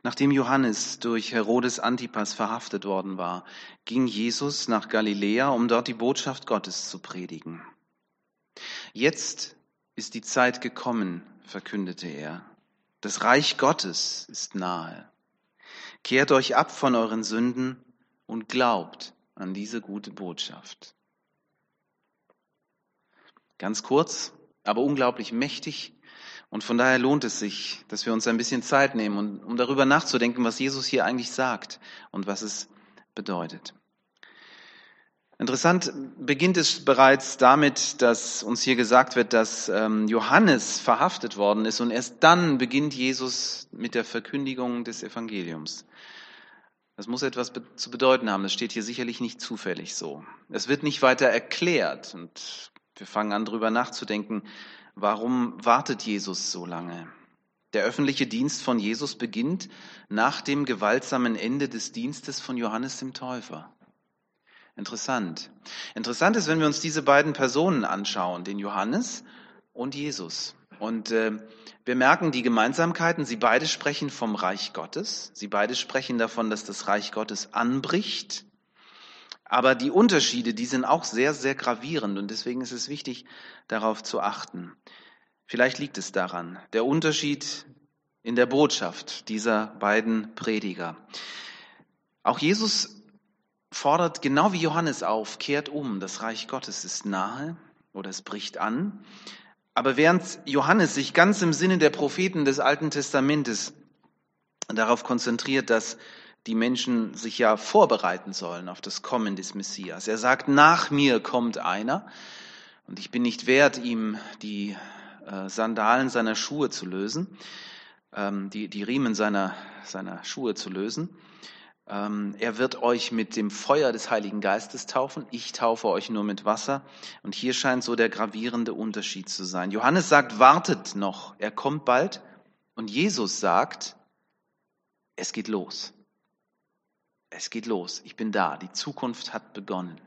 Nachdem Johannes durch Herodes Antipas verhaftet worden war, ging Jesus nach Galiläa, um dort die Botschaft Gottes zu predigen. Jetzt ist die Zeit gekommen, verkündete er. Das Reich Gottes ist nahe. Kehrt euch ab von euren Sünden und glaubt an diese gute Botschaft. Ganz kurz, aber unglaublich mächtig. Und von daher lohnt es sich, dass wir uns ein bisschen Zeit nehmen, um darüber nachzudenken, was Jesus hier eigentlich sagt und was es bedeutet. Interessant beginnt es bereits damit, dass uns hier gesagt wird, dass Johannes verhaftet worden ist und erst dann beginnt Jesus mit der Verkündigung des Evangeliums. Das muss etwas zu bedeuten haben, das steht hier sicherlich nicht zufällig so. Es wird nicht weiter erklärt und wir fangen an, darüber nachzudenken, warum wartet Jesus so lange? Der öffentliche Dienst von Jesus beginnt nach dem gewaltsamen Ende des Dienstes von Johannes dem Täufer. Interessant. Interessant ist, wenn wir uns diese beiden Personen anschauen, den Johannes und Jesus. Und wir merken die Gemeinsamkeiten, sie beide sprechen vom Reich Gottes, sie beide sprechen davon, dass das Reich Gottes anbricht. Aber die Unterschiede, die sind auch sehr, sehr gravierend und deswegen ist es wichtig, darauf zu achten. Vielleicht liegt es daran, der Unterschied in der Botschaft dieser beiden Prediger. Auch Jesus fordert genau wie Johannes auf, kehrt um, das Reich Gottes ist nahe oder es bricht an. Aber während Johannes sich ganz im Sinne der Propheten des Alten Testamentes darauf konzentriert, dass die Menschen sich ja vorbereiten sollen auf das Kommen des Messias. Er sagt, nach mir kommt einer und ich bin nicht wert, ihm die Sandalen seiner Schuhe zu lösen, die Riemen seiner Schuhe zu lösen. Er wird euch mit dem Feuer des Heiligen Geistes taufen, ich taufe euch nur mit Wasser. Und hier scheint so der gravierende Unterschied zu sein. Johannes sagt, wartet noch, er kommt bald. Und Jesus sagt, es geht los. Es geht los, ich bin da, die Zukunft hat begonnen.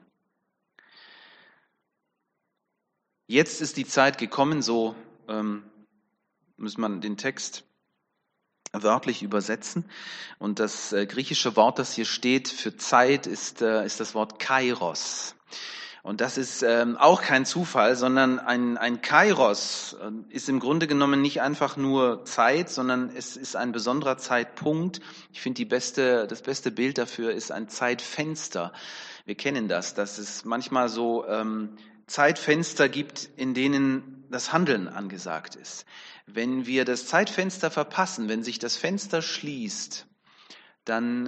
Jetzt ist die Zeit gekommen, so muss man den Text wörtlich übersetzen. Und das griechische Wort, das hier steht für Zeit, ist das Wort Kairos. Und das ist auch kein Zufall, sondern ein Kairos ist im Grunde genommen nicht einfach nur Zeit, sondern es ist ein besonderer Zeitpunkt. Ich finde, das beste Bild dafür ist ein Zeitfenster. Wir kennen das, dass es manchmal so Zeitfenster gibt, in denen das Handeln angesagt ist. Wenn wir das Zeitfenster verpassen, wenn sich das Fenster schließt, dann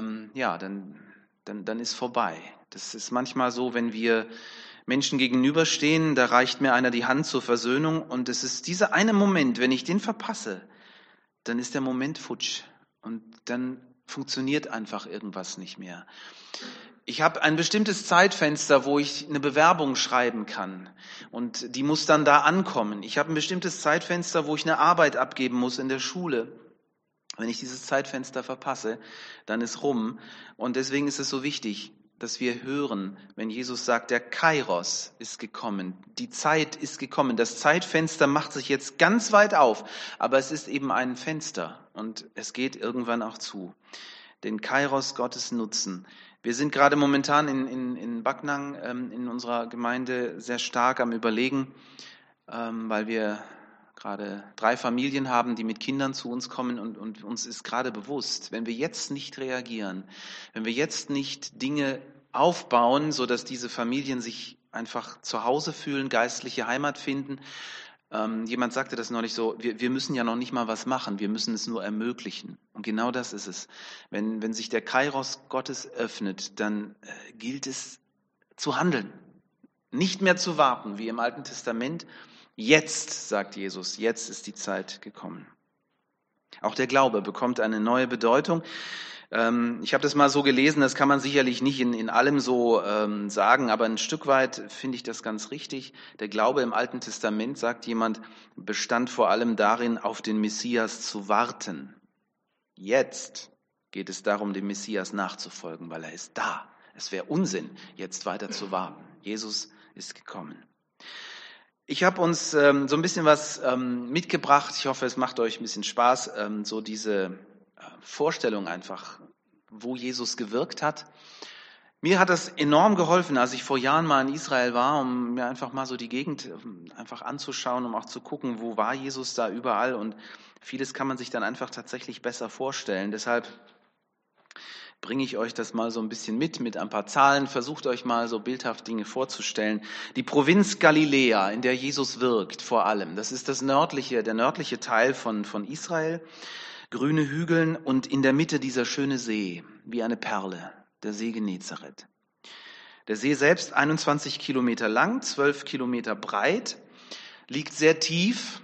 ist vorbei. Das ist manchmal so, wenn wir Menschen gegenüberstehen, da reicht mir einer die Hand zur Versöhnung und es ist dieser eine Moment, wenn ich den verpasse, dann ist der Moment futsch und dann funktioniert einfach irgendwas nicht mehr. Ich habe ein bestimmtes Zeitfenster, wo ich eine Bewerbung schreiben kann und die muss dann da ankommen. Ich habe ein bestimmtes Zeitfenster, wo ich eine Arbeit abgeben muss in der Schule. Wenn ich dieses Zeitfenster verpasse, dann ist rum. Und deswegen ist es so wichtig, dass wir hören, wenn Jesus sagt, der Kairos ist gekommen, die Zeit ist gekommen, das Zeitfenster macht sich jetzt ganz weit auf, aber es ist eben ein Fenster und es geht irgendwann auch zu. Den Kairos Gottes nutzen. Wir sind gerade momentan in Backnang in unserer Gemeinde sehr stark am Überlegen, weil wir gerade 3 Familien haben, die mit Kindern zu uns kommen und uns ist gerade bewusst, wenn wir jetzt nicht reagieren, wenn wir jetzt nicht Dinge aufbauen, sodass diese Familien sich einfach zu Hause fühlen, geistliche Heimat finden. Jemand sagte das neulich so, wir müssen ja noch nicht mal was machen, wir müssen es nur ermöglichen. Und genau das ist es. Wenn sich der Kairos Gottes öffnet, dann gilt es zu handeln, nicht mehr zu warten, wie im Alten Testament. Jetzt, sagt Jesus, jetzt ist die Zeit gekommen. Auch der Glaube bekommt eine neue Bedeutung. Ich habe das mal so gelesen, das kann man sicherlich nicht in allem so sagen, aber ein Stück weit finde ich das ganz richtig. Der Glaube im Alten Testament, sagt jemand, bestand vor allem darin, auf den Messias zu warten. Jetzt geht es darum, dem Messias nachzufolgen, weil er ist da. Es wäre Unsinn, jetzt weiter zu warten. Jesus ist gekommen. Ich habe uns so ein bisschen was mitgebracht. Ich hoffe, es macht euch ein bisschen Spaß, so diese Vorstellung einfach, wo Jesus gewirkt hat. Mir hat das enorm geholfen, als ich vor Jahren mal in Israel war, um mir einfach mal so die Gegend einfach anzuschauen, um auch zu gucken, wo war Jesus da überall. Und vieles kann man sich dann einfach tatsächlich besser vorstellen. Deshalb bringe ich euch das mal so ein bisschen mit ein paar Zahlen. Versucht euch mal so bildhaft Dinge vorzustellen. Die Provinz Galiläa, in der Jesus wirkt vor allem, das ist der nördliche Teil von Israel. Grüne Hügeln und in der Mitte dieser schöne See, wie eine Perle, der See Genezareth. Der See selbst 21 Kilometer lang, 12 Kilometer breit, liegt sehr tief,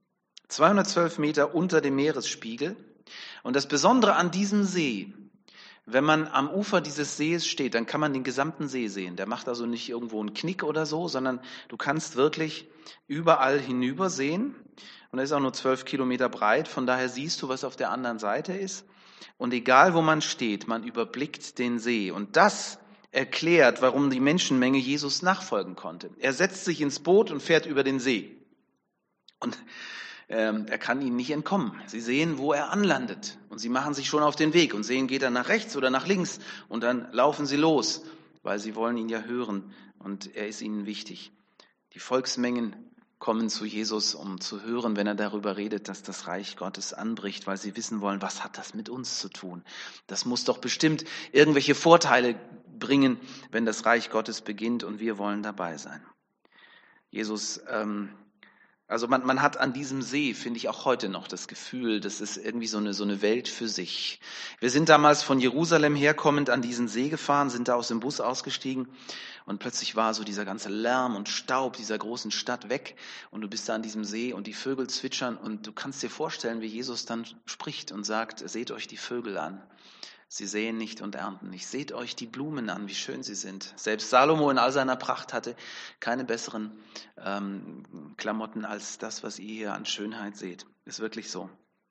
212 Meter unter dem Meeresspiegel. Und das Besondere an diesem See, wenn man am Ufer dieses Sees steht, dann kann man den gesamten See sehen. Der macht also nicht irgendwo einen Knick oder so, sondern du kannst wirklich überall hinüber sehen. Und er ist auch nur 12 Kilometer breit, von daher siehst du, was auf der anderen Seite ist. Und egal, wo man steht, man überblickt den See. Und das erklärt, warum die Menschenmenge Jesus nachfolgen konnte. Er setzt sich ins Boot und fährt über den See. Und er kann ihnen nicht entkommen. Sie sehen, wo er anlandet. Und sie machen sich schon auf den Weg und sehen, geht er nach rechts oder nach links. Und dann laufen sie los, weil sie wollen ihn ja hören. Und er ist ihnen wichtig. Die Volksmengen kommen zu Jesus, um zu hören, wenn er darüber redet, dass das Reich Gottes anbricht, weil sie wissen wollen, was hat das mit uns zu tun? Das muss doch bestimmt irgendwelche Vorteile bringen, wenn das Reich Gottes beginnt und wir wollen dabei sein. Jesus, also man hat an diesem See, finde ich auch heute noch das Gefühl, das ist irgendwie so eine Welt für sich. Wir sind damals von Jerusalem herkommend an diesen See gefahren, sind da aus dem Bus ausgestiegen und plötzlich war so dieser ganze Lärm und Staub dieser großen Stadt weg und du bist da an diesem See und die Vögel zwitschern und du kannst dir vorstellen, wie Jesus dann spricht und sagt, seht euch die Vögel an. Sie säen nicht und ernten nicht. Seht euch die Blumen an, wie schön sie sind. Selbst Salomo in all seiner Pracht hatte keine besseren Klamotten als das, was ihr hier an Schönheit seht. Ist wirklich so.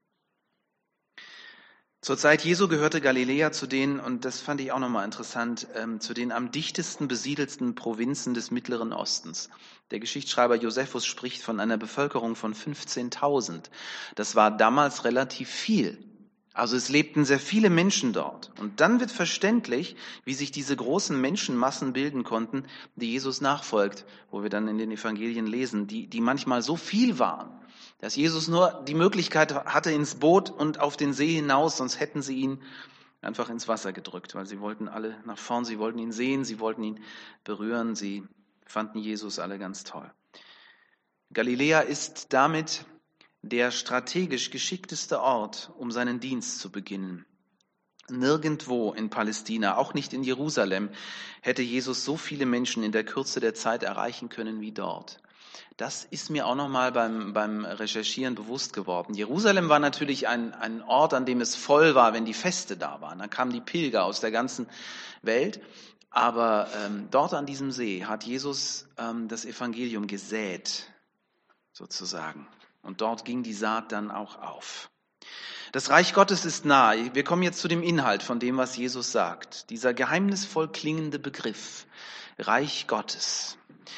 Zur Zeit Jesu gehörte Galiläa zu den, und das fand ich auch nochmal interessant, zu den am dichtesten besiedelten Provinzen des Mittleren Ostens. Der Geschichtsschreiber Josephus spricht von einer Bevölkerung von 15.000. Das war damals relativ viel. Also es lebten sehr viele Menschen dort. Und dann wird verständlich, wie sich diese großen Menschenmassen bilden konnten, die Jesus nachfolgt, wo wir dann in den Evangelien lesen, die manchmal so viel waren, dass Jesus nur die Möglichkeit hatte ins Boot und auf den See hinaus, sonst hätten sie ihn einfach ins Wasser gedrückt, weil sie wollten alle nach vorn, sie wollten ihn sehen, sie wollten ihn berühren, sie fanden Jesus alle ganz toll. Galiläa ist damit der strategisch geschickteste Ort, um seinen Dienst zu beginnen. Nirgendwo in Palästina, auch nicht in Jerusalem, hätte Jesus so viele Menschen in der Kürze der Zeit erreichen können wie dort. Das ist mir auch nochmal beim Recherchieren bewusst geworden. Jerusalem war natürlich ein Ort, an dem es voll war, wenn die Feste da waren. Da kamen die Pilger aus der ganzen Welt. Aber dort an diesem See hat Jesus das Evangelium gesät, sozusagen. Und dort ging die Saat dann auch auf. Das Reich Gottes ist nahe. Wir kommen jetzt zu dem Inhalt von dem, was Jesus sagt. Dieser geheimnisvoll klingende Begriff, Reich Gottes.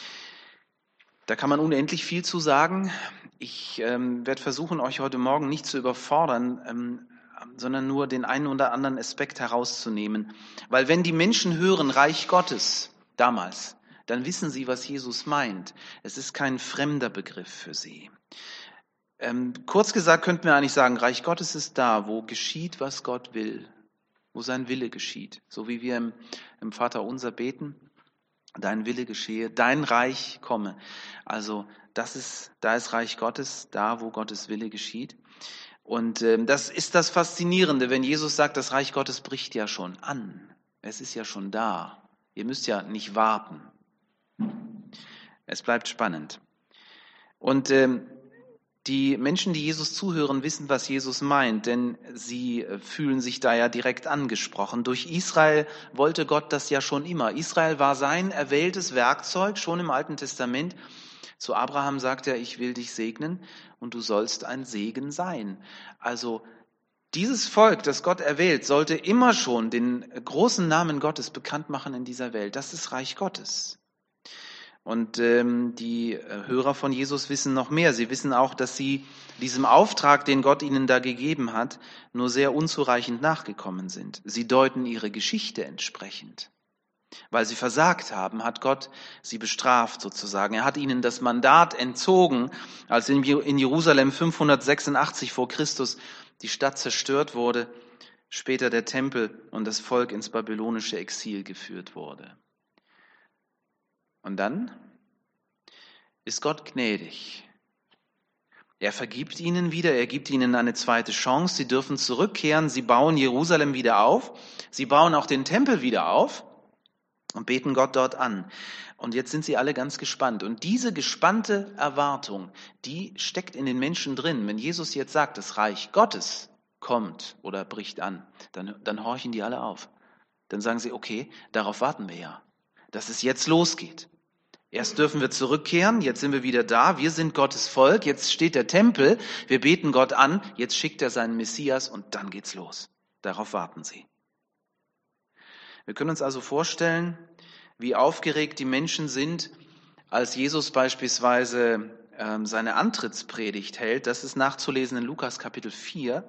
Da kann man unendlich viel zu sagen. Ich werde versuchen, euch heute Morgen nicht zu überfordern, sondern nur den einen oder anderen Aspekt herauszunehmen. Weil wenn die Menschen hören, Reich Gottes, damals, dann wissen sie, was Jesus meint. Es ist kein fremder Begriff für sie. Kurz gesagt könnten wir eigentlich sagen, Reich Gottes ist da, wo geschieht, was Gott will, wo sein Wille geschieht. So wie wir im Vater unser beten, dein Wille geschehe, dein Reich komme. Also da ist Reich Gottes, da wo Gottes Wille geschieht. Und das ist das Faszinierende, wenn Jesus sagt, das Reich Gottes bricht ja schon an. Es ist ja schon da. Ihr müsst ja nicht warten. Es bleibt spannend. Und die Menschen, die Jesus zuhören, wissen, was Jesus meint, denn sie fühlen sich da ja direkt angesprochen. Durch Israel wollte Gott das ja schon immer. Israel war sein erwähltes Werkzeug, schon im Alten Testament. Zu Abraham sagt er, ich will dich segnen und du sollst ein Segen sein. Also dieses Volk, das Gott erwählt, sollte immer schon den großen Namen Gottes bekannt machen in dieser Welt. Das ist Reich Gottes. Und die Hörer von Jesus wissen noch mehr. Sie wissen auch, dass sie diesem Auftrag, den Gott ihnen da gegeben hat, nur sehr unzureichend nachgekommen sind. Sie deuten ihre Geschichte entsprechend. Weil sie versagt haben, hat Gott sie bestraft sozusagen. Er hat ihnen das Mandat entzogen, als in Jerusalem 586 vor Christus die Stadt zerstört wurde, später der Tempel und das Volk ins babylonische Exil geführt wurde. Und dann ist Gott gnädig. Er vergibt ihnen wieder, er gibt ihnen eine zweite Chance. Sie dürfen zurückkehren, sie bauen Jerusalem wieder auf, sie bauen auch den Tempel wieder auf und beten Gott dort an. Und jetzt sind sie alle ganz gespannt. Und diese gespannte Erwartung, die steckt in den Menschen drin. Wenn Jesus jetzt sagt, das Reich Gottes kommt oder bricht an, dann horchen die alle auf. Dann sagen sie, okay, darauf warten wir ja, dass es jetzt losgeht. Erst dürfen wir zurückkehren, jetzt sind wir wieder da, wir sind Gottes Volk, jetzt steht der Tempel, wir beten Gott an, jetzt schickt er seinen Messias und dann geht's los. Darauf warten sie. Wir können uns also vorstellen, wie aufgeregt die Menschen sind, als Jesus beispielsweise seine Antrittspredigt hält. Das ist nachzulesen in Lukas Kapitel 4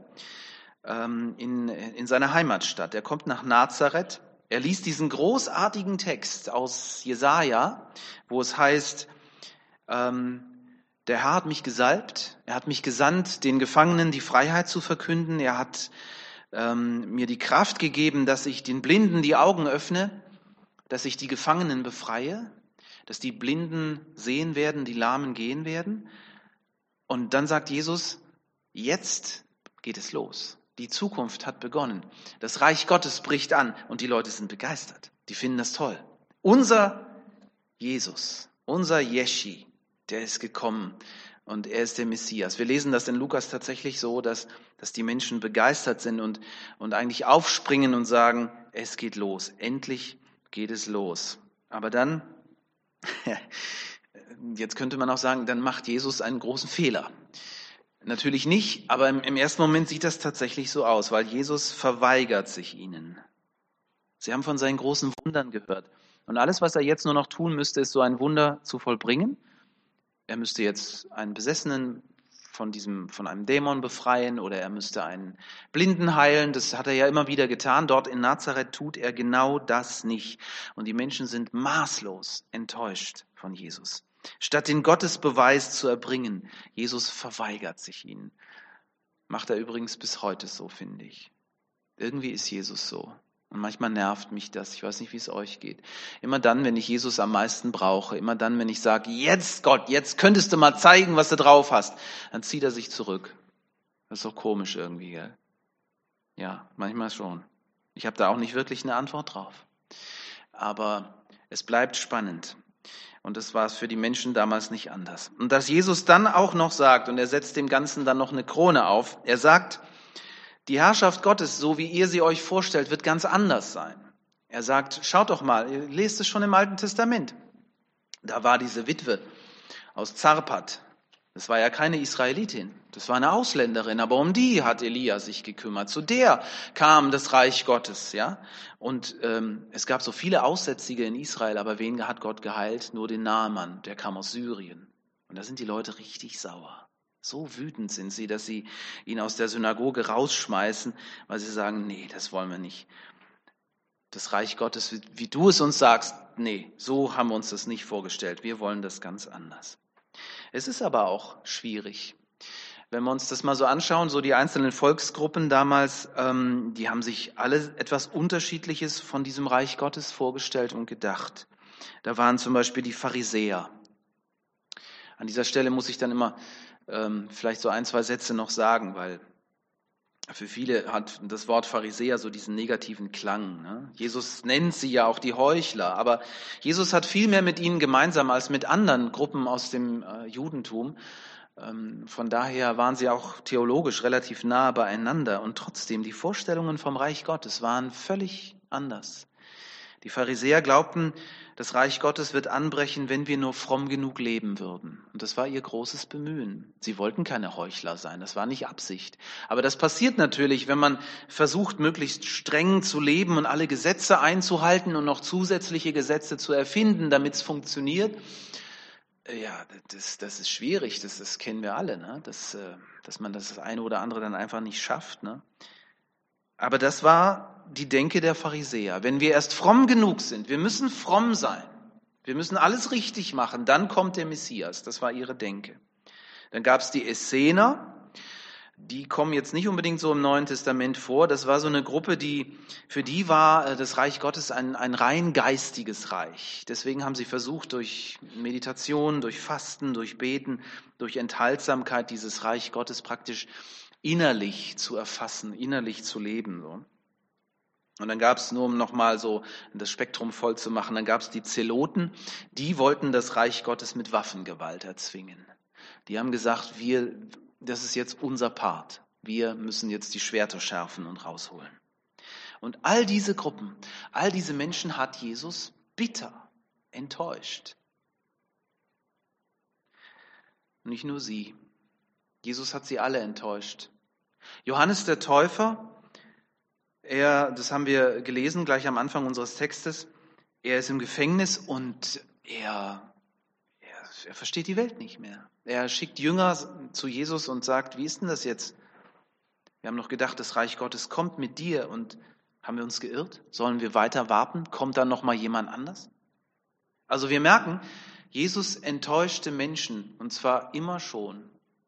in seiner Heimatstadt. Er kommt nach Nazareth. Er liest diesen großartigen Text aus Jesaja, wo es heißt, der Herr hat mich gesalbt, er hat mich gesandt, den Gefangenen die Freiheit zu verkünden. Er hat mir die Kraft gegeben, dass ich den Blinden die Augen öffne, dass ich die Gefangenen befreie, dass die Blinden sehen werden, die Lahmen gehen werden. Und dann sagt Jesus, jetzt geht es los. Die Zukunft hat begonnen. Das Reich Gottes bricht an und die Leute sind begeistert. Die finden das toll. Unser Jesus, unser Jeschi, der ist gekommen und er ist der Messias. Wir lesen das in Lukas tatsächlich so, dass die Menschen begeistert sind und eigentlich aufspringen und sagen, es geht los. Endlich geht es los. Aber dann, jetzt könnte man auch sagen, dann macht Jesus einen großen Fehler. Natürlich nicht, aber im ersten Moment sieht das tatsächlich so aus, weil Jesus verweigert sich ihnen. Sie haben von seinen großen Wundern gehört. Und alles, was er jetzt nur noch tun müsste, ist so ein Wunder zu vollbringen. Er müsste jetzt einen Besessenen von einem Dämon befreien oder er müsste einen Blinden heilen. Das hat er ja immer wieder getan. Dort in Nazareth tut er genau das nicht. Und die Menschen sind maßlos enttäuscht von Jesus. Statt den Gottesbeweis zu erbringen, Jesus verweigert sich ihnen. Macht er übrigens bis heute so, finde ich. Irgendwie ist Jesus so. Und manchmal nervt mich das. Ich weiß nicht, wie es euch geht. Immer dann, wenn ich Jesus am meisten brauche, immer dann, wenn ich sage, jetzt Gott, jetzt könntest du mal zeigen, was du drauf hast, dann zieht er sich zurück. Das ist doch komisch irgendwie, gell? Ja, manchmal schon. Ich habe da auch nicht wirklich eine Antwort drauf. Aber es bleibt spannend. Und das war es für die Menschen damals nicht anders. Und dass Jesus dann auch noch sagt, und er setzt dem Ganzen dann noch eine Krone auf, er sagt, die Herrschaft Gottes, so wie ihr sie euch vorstellt, wird ganz anders sein. Er sagt, schaut doch mal, ihr lest es schon im Alten Testament. Da war diese Witwe aus Zarpat. Das war ja keine Israelitin, das war eine Ausländerin, aber um die hat Elia sich gekümmert. Zu der kam das Reich Gottes, ja. Und es gab so viele Aussätzige in Israel, aber wen hat Gott geheilt? Nur den Naaman, der kam aus Syrien. Und da sind die Leute richtig sauer. So wütend sind sie, dass sie ihn aus der Synagoge rausschmeißen, weil sie sagen, nee, das wollen wir nicht. Das Reich Gottes, wie du es uns sagst, nee, so haben wir uns das nicht vorgestellt. Wir wollen das ganz anders. Es ist aber auch schwierig. Wenn wir uns das mal so anschauen, so die einzelnen Volksgruppen damals, die haben sich alle etwas Unterschiedliches von diesem Reich Gottes vorgestellt und gedacht. Da waren zum Beispiel die Pharisäer. An dieser Stelle muss ich dann immer vielleicht so ein, zwei Sätze noch sagen, weil für viele hat das Wort Pharisäer so diesen negativen Klang. Ne? Jesus nennt sie ja auch die Heuchler, aber Jesus hat viel mehr mit ihnen gemeinsam als mit anderen Gruppen aus dem Judentum. Von daher waren sie auch theologisch relativ nah beieinander und trotzdem, die Vorstellungen vom Reich Gottes waren völlig anders. Die Pharisäer glaubten, Das Reich Gottes wird anbrechen, wenn wir nur fromm genug leben würden. Und das war ihr großes Bemühen. Sie wollten keine Heuchler sein, das war nicht Absicht. Aber das passiert natürlich, wenn man versucht, möglichst streng zu leben und alle Gesetze einzuhalten und noch zusätzliche Gesetze zu erfinden, damit es funktioniert. Ja, das ist schwierig, das kennen wir alle, ne? Dass man das eine oder andere dann einfach nicht schafft. Ne? Aber das war die Denke der Pharisäer. Wenn wir erst fromm genug sind, wir müssen fromm sein, wir müssen alles richtig machen, dann kommt der Messias. Das war ihre Denke. Dann gab es die Essener, die kommen jetzt nicht unbedingt so im Neuen Testament vor. Das war so eine Gruppe, für die war das Reich Gottes ein rein geistiges Reich. Deswegen haben sie versucht, durch Meditation, durch Fasten, durch Beten, durch Enthaltsamkeit dieses Reich Gottes praktisch innerlich zu erfassen, innerlich zu leben. So. Und dann gab es, nur um nochmal so das Spektrum voll zu machen, dann gab es die Zeloten, die wollten das Reich Gottes mit Waffengewalt erzwingen. Die haben gesagt, das ist jetzt unser Part. Wir müssen jetzt die Schwerter schärfen und rausholen. Und all diese Gruppen, all diese Menschen hat Jesus bitter enttäuscht. Und nicht nur sie. Jesus hat sie alle enttäuscht. Johannes der Täufer, das haben wir gelesen gleich am Anfang unseres Textes, er ist im Gefängnis und er versteht die Welt nicht mehr. Er schickt Jünger zu Jesus und sagt, wie ist denn das jetzt? Wir haben noch gedacht, das Reich Gottes kommt mit dir und haben wir uns geirrt? Sollen wir weiter warten? Kommt dann noch mal jemand anders? Also wir merken, Jesus enttäuschte Menschen und zwar immer schon.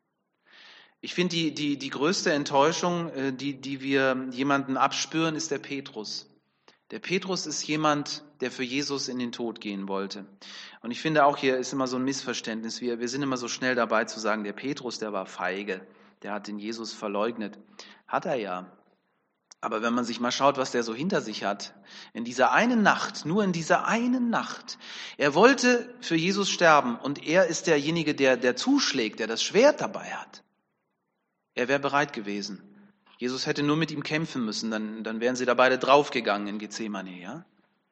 Ich finde, die größte Enttäuschung, die wir jemanden abspüren, ist der Petrus. Der Petrus ist jemand, der für Jesus in den Tod gehen wollte. Und ich finde auch hier ist immer so ein Missverständnis. Wir sind immer so schnell dabei zu sagen, der Petrus, der war feige, der hat den Jesus verleugnet. Hat er ja. Aber wenn man sich mal schaut, was der so hinter sich hat, in dieser einen Nacht, nur in dieser einen Nacht, er wollte für Jesus sterben und er ist derjenige, der zuschlägt, der das Schwert dabei hat. Er wäre bereit gewesen. Jesus hätte nur mit ihm kämpfen müssen, dann wären sie da beide draufgegangen in Gethsemane, ja?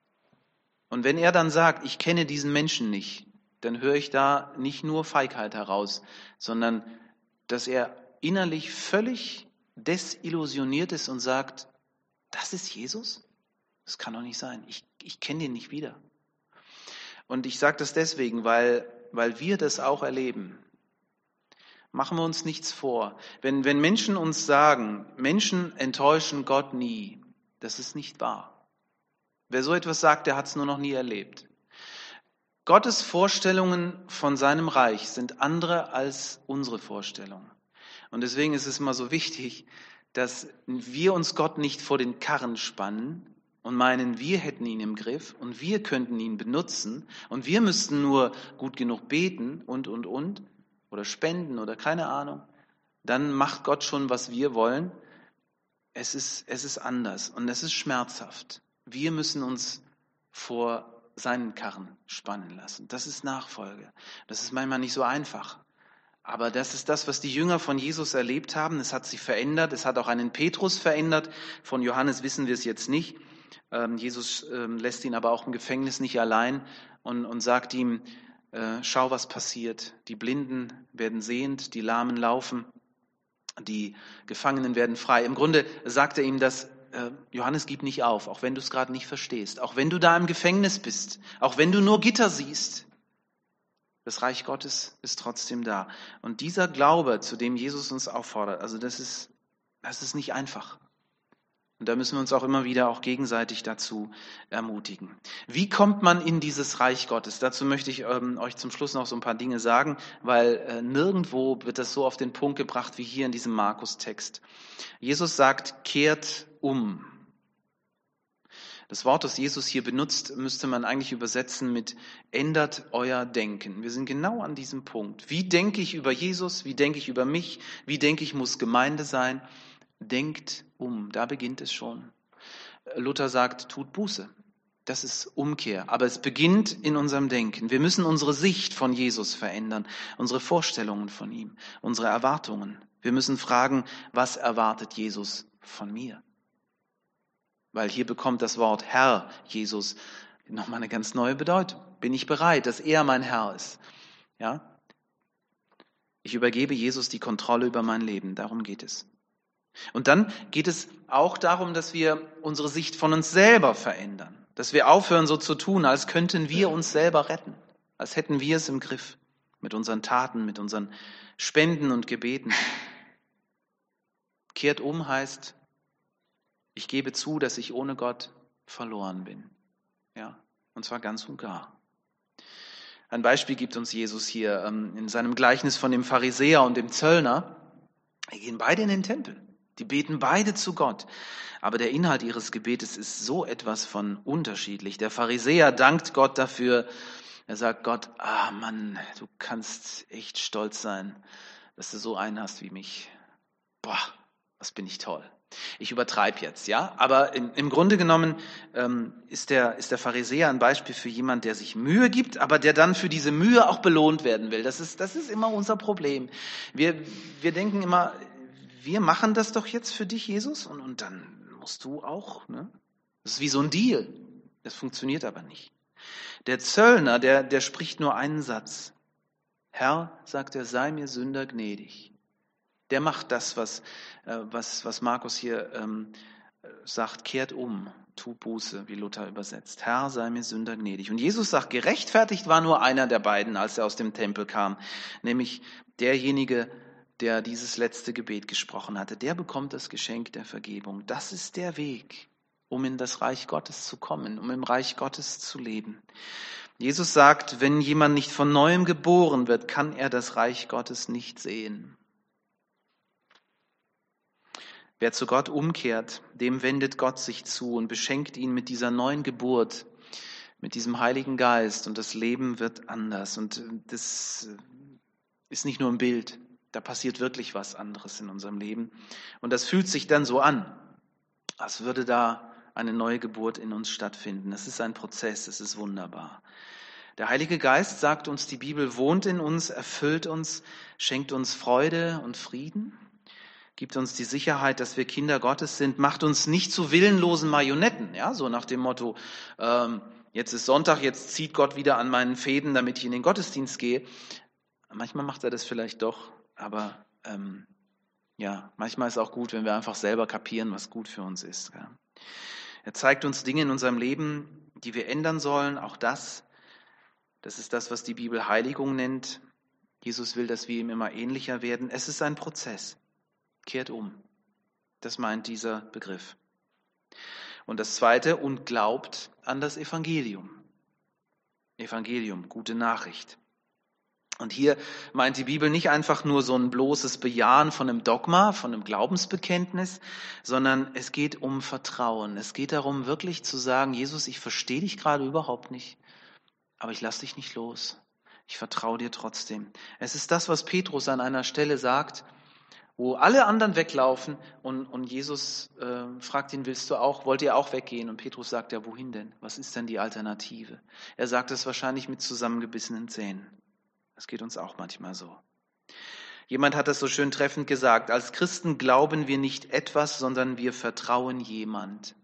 Und wenn er dann sagt, ich kenne diesen Menschen nicht, dann höre ich da nicht nur Feigheit heraus, sondern dass er innerlich völlig desillusioniert ist und sagt, das ist Jesus? Das kann doch nicht sein. Ich kenne den nicht wieder. Und ich sage das deswegen, weil wir das auch erleben. Machen wir uns nichts vor. Wenn Menschen uns sagen, Menschen enttäuschen Gott nie, das ist nicht wahr. Wer so etwas sagt, der hat es nur noch nie erlebt. Gottes Vorstellungen von seinem Reich sind andere als unsere Vorstellungen. Und deswegen ist es immer so wichtig, dass wir uns Gott nicht vor den Karren spannen und meinen, wir hätten ihn im Griff und wir könnten ihn benutzen und wir müssten nur gut genug beten und oder spenden oder keine Ahnung. Dann macht Gott schon, was wir wollen. Es ist anders und es ist schmerzhaft. Wir müssen uns vor seinen Karren spannen lassen. Das ist Nachfolge. Das ist manchmal nicht so einfach. Aber das ist das, was die Jünger von Jesus erlebt haben. Es hat sie verändert. Es hat auch einen Petrus verändert. Von Johannes wissen wir es jetzt nicht. Jesus lässt ihn aber auch im Gefängnis nicht allein und sagt ihm, schau, was passiert. Die Blinden werden sehend, die Lahmen laufen, die Gefangenen werden frei. Im Grunde sagt er ihm das, Johannes, gib nicht auf, auch wenn du es gerade nicht verstehst, auch wenn du da im Gefängnis bist, auch wenn du nur Gitter siehst. Das Reich Gottes ist trotzdem da. Und dieser Glaube, zu dem Jesus uns auffordert, also das ist nicht einfach. Und da müssen wir uns auch immer wieder auch gegenseitig dazu ermutigen. Wie kommt man in dieses Reich Gottes? Dazu möchte ich euch zum Schluss noch so ein paar Dinge sagen, weil nirgendwo wird das so auf den Punkt gebracht wie hier in diesem Markus-Text. Jesus sagt, kehrt um. Das Wort, das Jesus hier benutzt, müsste man eigentlich übersetzen mit ändert euer Denken. Wir sind genau an diesem Punkt. Wie denke ich über Jesus? Wie denke ich über mich? Wie denke ich, muss Gemeinde sein? Denkt um, da beginnt es schon. Luther sagt, tut Buße. Das ist Umkehr, aber es beginnt in unserem Denken. Wir müssen unsere Sicht von Jesus verändern, unsere Vorstellungen von ihm, unsere Erwartungen. Wir müssen fragen, was erwartet Jesus von mir? Weil hier bekommt das Wort Herr Jesus Nochmal eine ganz neue Bedeutung. Bin ich bereit, dass er mein Herr ist? Ja? Ich übergebe Jesus die Kontrolle über mein Leben. Darum geht es. Und dann geht es auch darum, dass wir unsere Sicht von uns selber verändern. Dass wir aufhören, so zu tun, als könnten wir uns selber retten. Als hätten wir es im Griff. Mit unseren Taten, mit unseren Spenden und Gebeten. Kehrt um heißt, ich gebe zu, dass ich ohne Gott verloren bin. Ja, und zwar ganz und gar. Ein Beispiel gibt uns Jesus hier in seinem Gleichnis von dem Pharisäer und dem Zöllner. Die gehen beide in den Tempel. Die beten beide zu Gott. Aber der Inhalt ihres Gebetes ist so etwas von unterschiedlich. Der Pharisäer dankt Gott dafür. Er sagt Gott, Mann, du kannst echt stolz sein, dass du so einen hast wie mich. Boah, was bin ich toll. Ich übertreibe jetzt, ja, aber im Grunde genommen ist der Pharisäer ein Beispiel für jemand, der sich Mühe gibt, aber der dann für diese Mühe auch belohnt werden will. Das ist immer unser Problem. Wir denken immer, wir machen das doch jetzt für dich, Jesus, und dann musst du auch. Ne? Das ist wie so ein Deal. Das funktioniert aber nicht. Der Zöllner, der spricht nur einen Satz. Herr, sagt er, sei mir Sünder gnädig. Der macht das, was Markus hier sagt, kehrt um, tu Buße, wie Luther übersetzt. Herr, sei mir Sünder gnädig. Und Jesus sagt, gerechtfertigt war nur einer der beiden, als er aus dem Tempel kam, nämlich derjenige, der dieses letzte Gebet gesprochen hatte. Der bekommt das Geschenk der Vergebung. Das ist der Weg, um in das Reich Gottes zu kommen, um im Reich Gottes zu leben. Jesus sagt, wenn jemand nicht von Neuem geboren wird, kann er das Reich Gottes nicht sehen. Wer zu Gott umkehrt, dem wendet Gott sich zu und beschenkt ihn mit dieser neuen Geburt, mit diesem Heiligen Geist, und das Leben wird anders. Und das ist nicht nur ein Bild, da passiert wirklich was anderes in unserem Leben. Und das fühlt sich dann so an, als würde da eine neue Geburt in uns stattfinden. Es ist ein Prozess, es ist wunderbar. Der Heilige Geist, sagt uns die Bibel, wohnt in uns, erfüllt uns, schenkt uns Freude und Frieden. Gibt uns die Sicherheit, dass wir Kinder Gottes sind, macht uns nicht zu willenlosen Marionetten, ja, so nach dem Motto, jetzt ist Sonntag, jetzt zieht Gott wieder an meinen Fäden, damit ich in den Gottesdienst gehe. Manchmal macht er das vielleicht doch, aber manchmal ist es auch gut, wenn wir einfach selber kapieren, was gut für uns ist. Ja. Er zeigt uns Dinge in unserem Leben, die wir ändern sollen, auch das ist das, was die Bibel Heiligung nennt. Jesus will, dass wir ihm immer ähnlicher werden. Es ist ein Prozess. Kehrt um. Das meint dieser Begriff. Und das Zweite, und glaubt an das Evangelium. Evangelium, gute Nachricht. Und hier meint die Bibel nicht einfach nur so ein bloßes Bejahen von einem Dogma, von einem Glaubensbekenntnis, sondern es geht um Vertrauen. Es geht darum, wirklich zu sagen, Jesus, ich verstehe dich gerade überhaupt nicht, aber ich lasse dich nicht los. Ich vertraue dir trotzdem. Es ist das, was Petrus an einer Stelle sagt, wo alle anderen weglaufen und Jesus fragt ihn, wollt ihr auch weggehen? Und Petrus sagt, ja, wohin denn? Was ist denn die Alternative? Er sagt es wahrscheinlich mit zusammengebissenen Zähnen. Das geht uns auch manchmal so. Jemand hat das so schön treffend gesagt, als Christen glauben wir nicht etwas, sondern wir vertrauen jemand.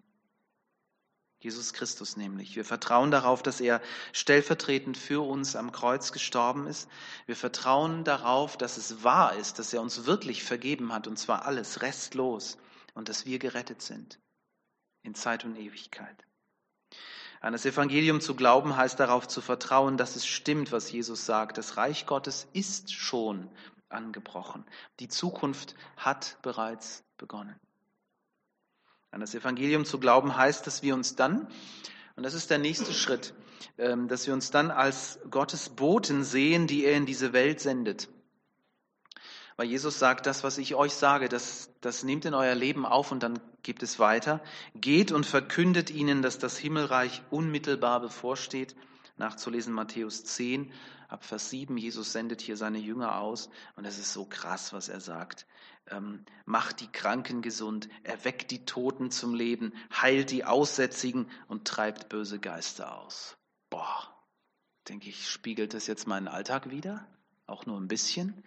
Jesus Christus nämlich. Wir vertrauen darauf, dass er stellvertretend für uns am Kreuz gestorben ist. Wir vertrauen darauf, dass es wahr ist, dass er uns wirklich vergeben hat, und zwar alles, restlos, und dass wir gerettet sind in Zeit und Ewigkeit. An das Evangelium zu glauben heißt darauf zu vertrauen, dass es stimmt, was Jesus sagt. Das Reich Gottes ist schon angebrochen. Die Zukunft hat bereits begonnen. An das Evangelium zu glauben heißt, dass wir uns dann, und das ist der nächste Schritt, dass wir uns dann als Gottes Boten sehen, die er in diese Welt sendet. Weil Jesus sagt, das, was ich euch sage, das nehmt in euer Leben auf und dann gebt es weiter. Geht und verkündet ihnen, dass das Himmelreich unmittelbar bevorsteht. Nachzulesen Matthäus 10, ab Vers 7. Jesus sendet hier seine Jünger aus und es ist so krass, was er sagt. Macht die Kranken gesund, erweckt die Toten zum Leben, heilt die Aussätzigen und treibt böse Geister aus. Boah, denke ich, spiegelt das jetzt meinen Alltag wider? Auch nur ein bisschen?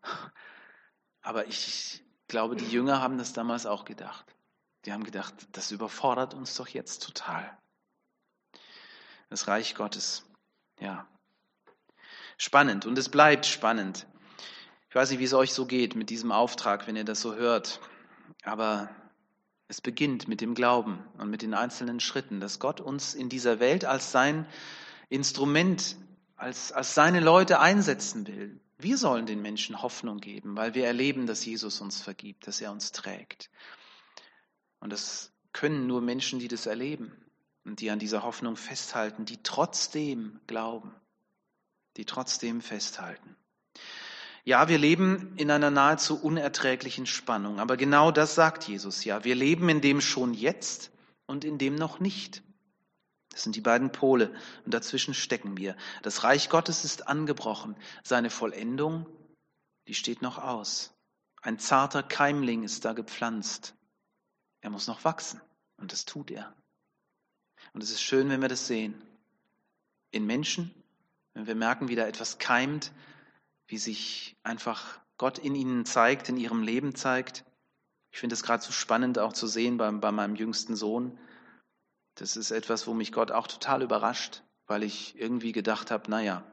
Aber ich glaube, die Jünger haben das damals auch gedacht. Die haben gedacht, das überfordert uns doch jetzt total. Das Reich Gottes. Ja. Spannend und es bleibt spannend. Ich weiß nicht, wie es euch so geht mit diesem Auftrag, wenn ihr das so hört. Aber es beginnt mit dem Glauben und mit den einzelnen Schritten, dass Gott uns in dieser Welt als sein Instrument, als seine Leute einsetzen will. Wir sollen den Menschen Hoffnung geben, weil wir erleben, dass Jesus uns vergibt, dass er uns trägt. Und das können nur Menschen, die das erleben und die an dieser Hoffnung festhalten, die trotzdem glauben, die trotzdem festhalten. Ja, wir leben in einer nahezu unerträglichen Spannung, aber genau das sagt Jesus ja. Wir leben in dem schon jetzt und in dem noch nicht. Das sind die beiden Pole und dazwischen stecken wir. Das Reich Gottes ist angebrochen, seine Vollendung, die steht noch aus. Ein zarter Keimling ist da gepflanzt. Er muss noch wachsen und das tut er. Und es ist schön, wenn wir das sehen. In Menschen, wenn wir merken, wie da etwas keimt, wie sich einfach Gott in ihnen zeigt, in ihrem Leben zeigt. Ich finde es gerade so spannend auch zu sehen bei meinem jüngsten Sohn. Das ist etwas, wo mich Gott auch total überrascht, weil ich irgendwie gedacht habe, naja,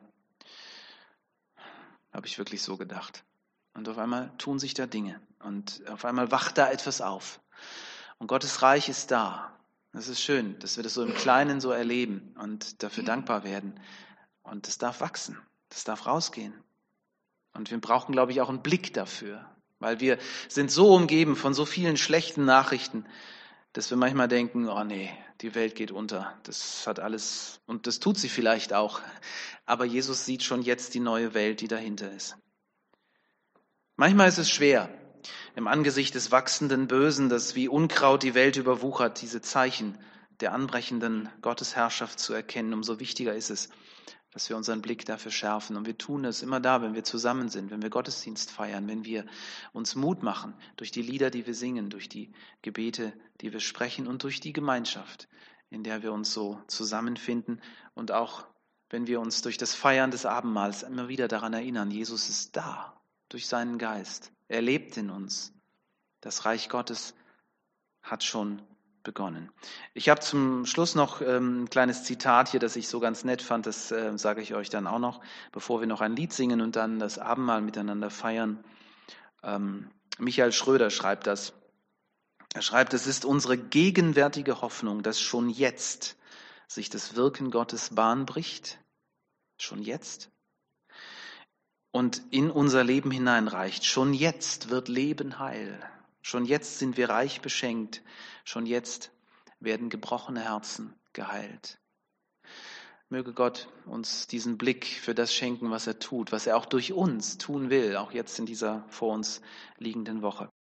habe ich wirklich so gedacht. Und auf einmal tun sich da Dinge und auf einmal wacht da etwas auf. Und Gottes Reich ist da. Das ist schön, dass wir das so im Kleinen so erleben und dafür dankbar werden. Und das darf wachsen, das darf rausgehen. Und wir brauchen, glaube ich, auch einen Blick dafür, weil wir sind so umgeben von so vielen schlechten Nachrichten, dass wir manchmal denken, oh nee, die Welt geht unter. Das hat alles, und das tut sie vielleicht auch. Aber Jesus sieht schon jetzt die neue Welt, die dahinter ist. Manchmal ist es schwer, im Angesicht des wachsenden Bösen, das wie Unkraut die Welt überwuchert, diese Zeichen der anbrechenden Gottesherrschaft zu erkennen. Umso wichtiger ist es, dass wir unseren Blick dafür schärfen. Und wir tun es immer da, wenn wir zusammen sind, wenn wir Gottesdienst feiern, wenn wir uns Mut machen durch die Lieder, die wir singen, durch die Gebete, die wir sprechen und durch die Gemeinschaft, in der wir uns so zusammenfinden. Und auch wenn wir uns durch das Feiern des Abendmahls immer wieder daran erinnern, Jesus ist da durch seinen Geist. Er lebt in uns. Das Reich Gottes hat schon begonnen. Ich habe zum Schluss noch ein kleines Zitat hier, das ich so ganz nett fand, das sage ich euch dann auch noch, bevor wir noch ein Lied singen und dann das Abendmahl miteinander feiern. Michael Schröder schreibt das. Er schreibt, es ist unsere gegenwärtige Hoffnung, dass schon jetzt sich das Wirken Gottes Bahn bricht, schon jetzt, und in unser Leben hineinreicht. Schon jetzt wird Leben heil. Schon jetzt sind wir reich beschenkt. Schon jetzt werden gebrochene Herzen geheilt. Möge Gott uns diesen Blick für das schenken, was er tut, was er auch durch uns tun will, auch jetzt in dieser vor uns liegenden Woche.